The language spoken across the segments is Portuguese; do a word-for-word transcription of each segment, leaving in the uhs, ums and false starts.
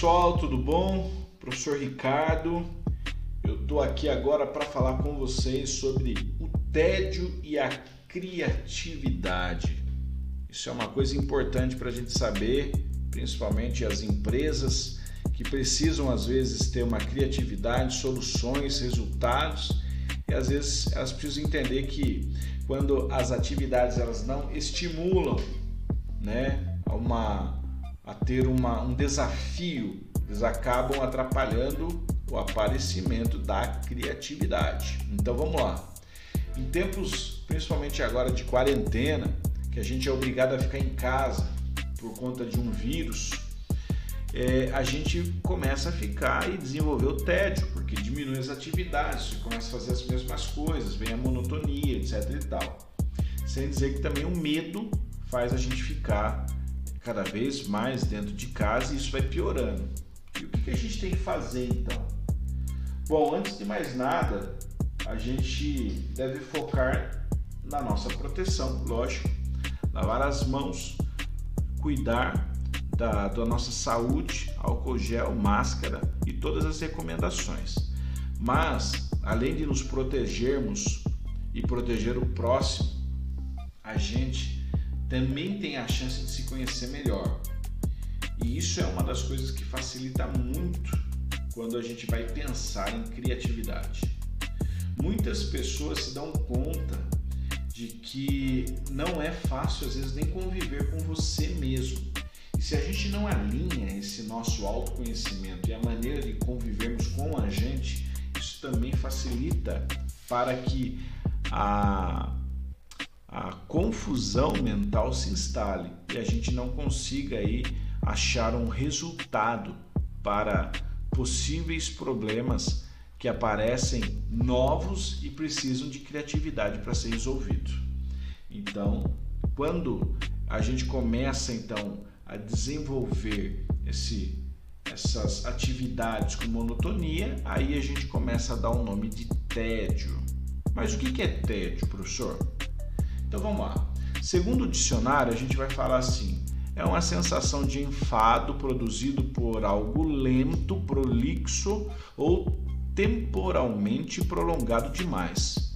pessoal, tudo bom? Professor Ricardo, eu estou aqui agora para falar com vocês sobre o tédio e a criatividade. Isso é uma coisa importante para a gente saber, principalmente as empresas que precisam às vezes ter uma criatividade, soluções, resultados, e às vezes elas precisam entender que quando as atividades elas não estimulam, né, a, uma, a ter uma, um desafio, eles acabam atrapalhando o aparecimento da criatividade. Então vamos lá. Em tempos, principalmente agora de quarentena, que a gente é obrigado a ficar em casa por conta de um vírus, é, a gente começa a ficar e desenvolver o tédio, porque diminui as atividades, você começa a fazer as mesmas coisas, vem a monotonia, etc e tal. Sem dizer que também o medo faz a gente ficar cada vez mais dentro de casa e isso vai piorando. E o que a gente tem que fazer então? Bom, antes de mais nada, a gente deve focar na nossa proteção, lógico, lavar as mãos, cuidar da, da nossa saúde, álcool gel, máscara e todas as recomendações. Mas, além de nos protegermos e proteger o próximo, a gente também tem a chance de se conhecer melhor. E isso é uma das coisas que facilita muito quando a gente vai pensar em criatividade. Muitas pessoas se dão conta de que não é fácil, às vezes, nem conviver com você mesmo. E se a gente não alinha esse nosso autoconhecimento e a maneira de convivermos com a gente, isso também facilita para que a, a confusão mental se instale e a gente não consiga aí achar um resultado para possíveis problemas que aparecem novos e precisam de criatividade para ser resolvido. Então, quando a gente começa então a desenvolver esse, essas atividades com monotonia, aí a gente começa a dar o nome de tédio. Mas o que é tédio, professor? Então vamos lá. Segundo o dicionário, a gente vai falar assim: é uma sensação de enfado produzido por algo lento, prolixo ou temporalmente prolongado demais.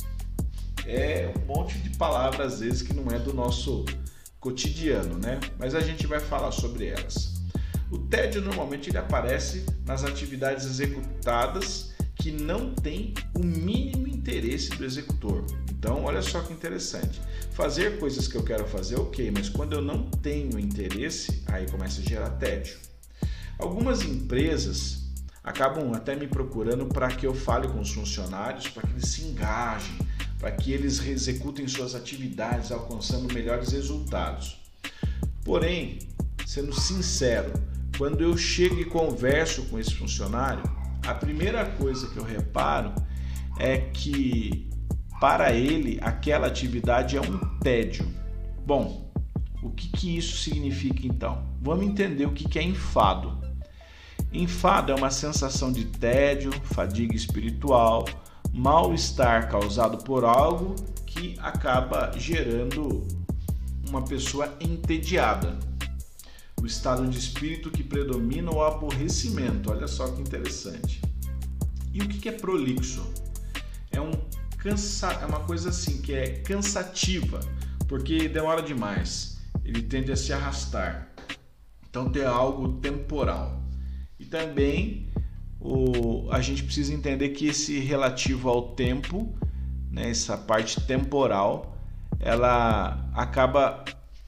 É um monte de palavras às vezes que não é do nosso cotidiano, né? Mas a gente vai falar sobre elas. O tédio normalmente ele aparece nas atividades executadas que não têm o mínimo interesse do executor. Então, olha só que interessante. Fazer coisas que eu quero fazer, ok, mas quando eu não tenho interesse, aí começa a gerar tédio. Algumas empresas acabam até me procurando para que eu fale com os funcionários, para que eles se engajem, para que eles executem suas atividades alcançando melhores resultados. Porém, sendo sincero, quando eu chego e converso com esse funcionário, a primeira coisa que eu reparo é que para ele aquela atividade é um tédio. Bom, o que, que isso significa então? Vamos entender o que, que é enfado. Enfado é uma sensação de tédio, fadiga espiritual, mal-estar causado por algo que acaba gerando uma pessoa entediada. O estado de espírito que predomina o aborrecimento. Olha só que interessante. E o que é prolixo? É, um cansa... é uma coisa assim que é cansativa, porque demora demais. Ele tende a se arrastar. Então tem algo temporal. E também o... a gente precisa entender que esse relativo ao tempo, né, essa parte temporal, ela acaba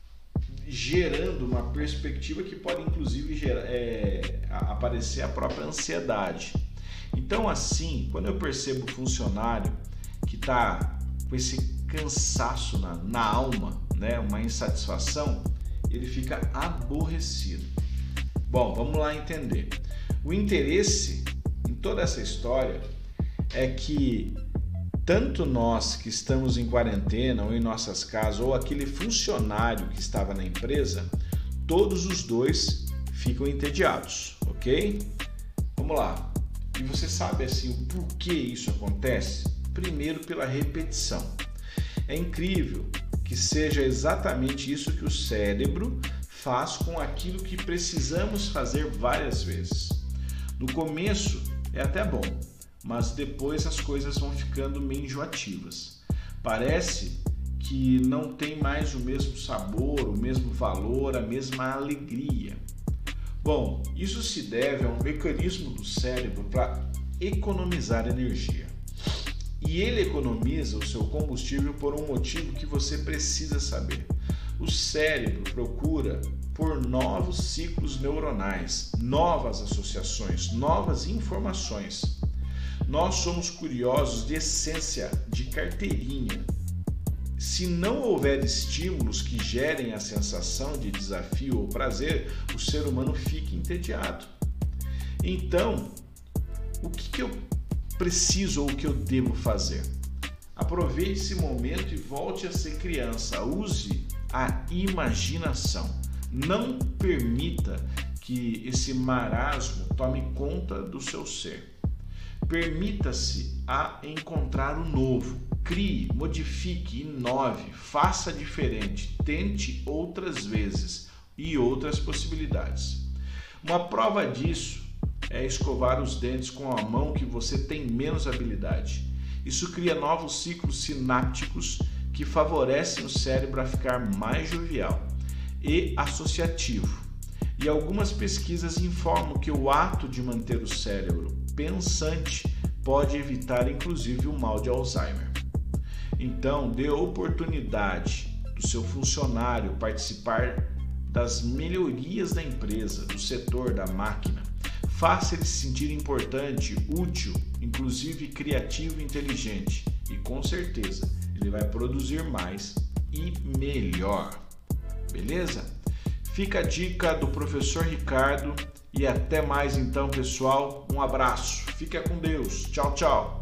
gerando uma perspectiva que pode inclusive gerar, é, aparecer a própria ansiedade. Então assim, quando eu percebo o funcionário que está com esse cansaço na, na alma, né, uma insatisfação, ele fica aborrecido. Bom, vamos lá entender. O interesse em toda essa história é que tanto nós que estamos em quarentena ou em nossas casas, ou aquele funcionário que estava na empresa, todos os dois ficam entediados, ok? Vamos lá. E você sabe assim o porquê isso acontece? Primeiro, pela repetição. É incrível que seja exatamente isso que o cérebro faz com aquilo que precisamos fazer várias vezes. No começo é até bom, mas depois as coisas vão ficando meio enjoativas. Parece que não tem mais o mesmo sabor, o mesmo valor, a mesma alegria. Bom, isso se deve a um mecanismo do cérebro para economizar energia. E ele economiza o seu combustível por um motivo que você precisa saber. O cérebro procura por novos ciclos neuronais, novas associações, novas informações. Nós somos curiosos de essência, de carteirinha. Se não houver estímulos que gerem a sensação de desafio ou prazer, o ser humano fica entediado. Então, o que, que eu preciso ou o que eu devo fazer? Aproveite esse momento e volte a ser criança. Use a imaginação. Não permita que esse marasmo tome conta do seu ser. Permita-se a encontrar o novo. Crie, modifique, inove, faça diferente, tente outras vezes e outras possibilidades. Uma prova disso é escovar os dentes com a mão que você tem menos habilidade. Isso cria novos ciclos sinápticos que favorecem o cérebro a ficar mais jovial e associativo. E algumas pesquisas informam que o ato de manter o cérebro pensante pode evitar inclusive o mal de Alzheimer. Então, dê oportunidade do seu funcionário participar das melhorias da empresa, do setor, da máquina. Faça ele se sentir importante, útil, inclusive criativo e inteligente. E com certeza ele vai produzir mais e melhor. Beleza? Fica a dica do professor Ricardo e até mais então, pessoal. Um abraço. Fica com Deus. Tchau, tchau.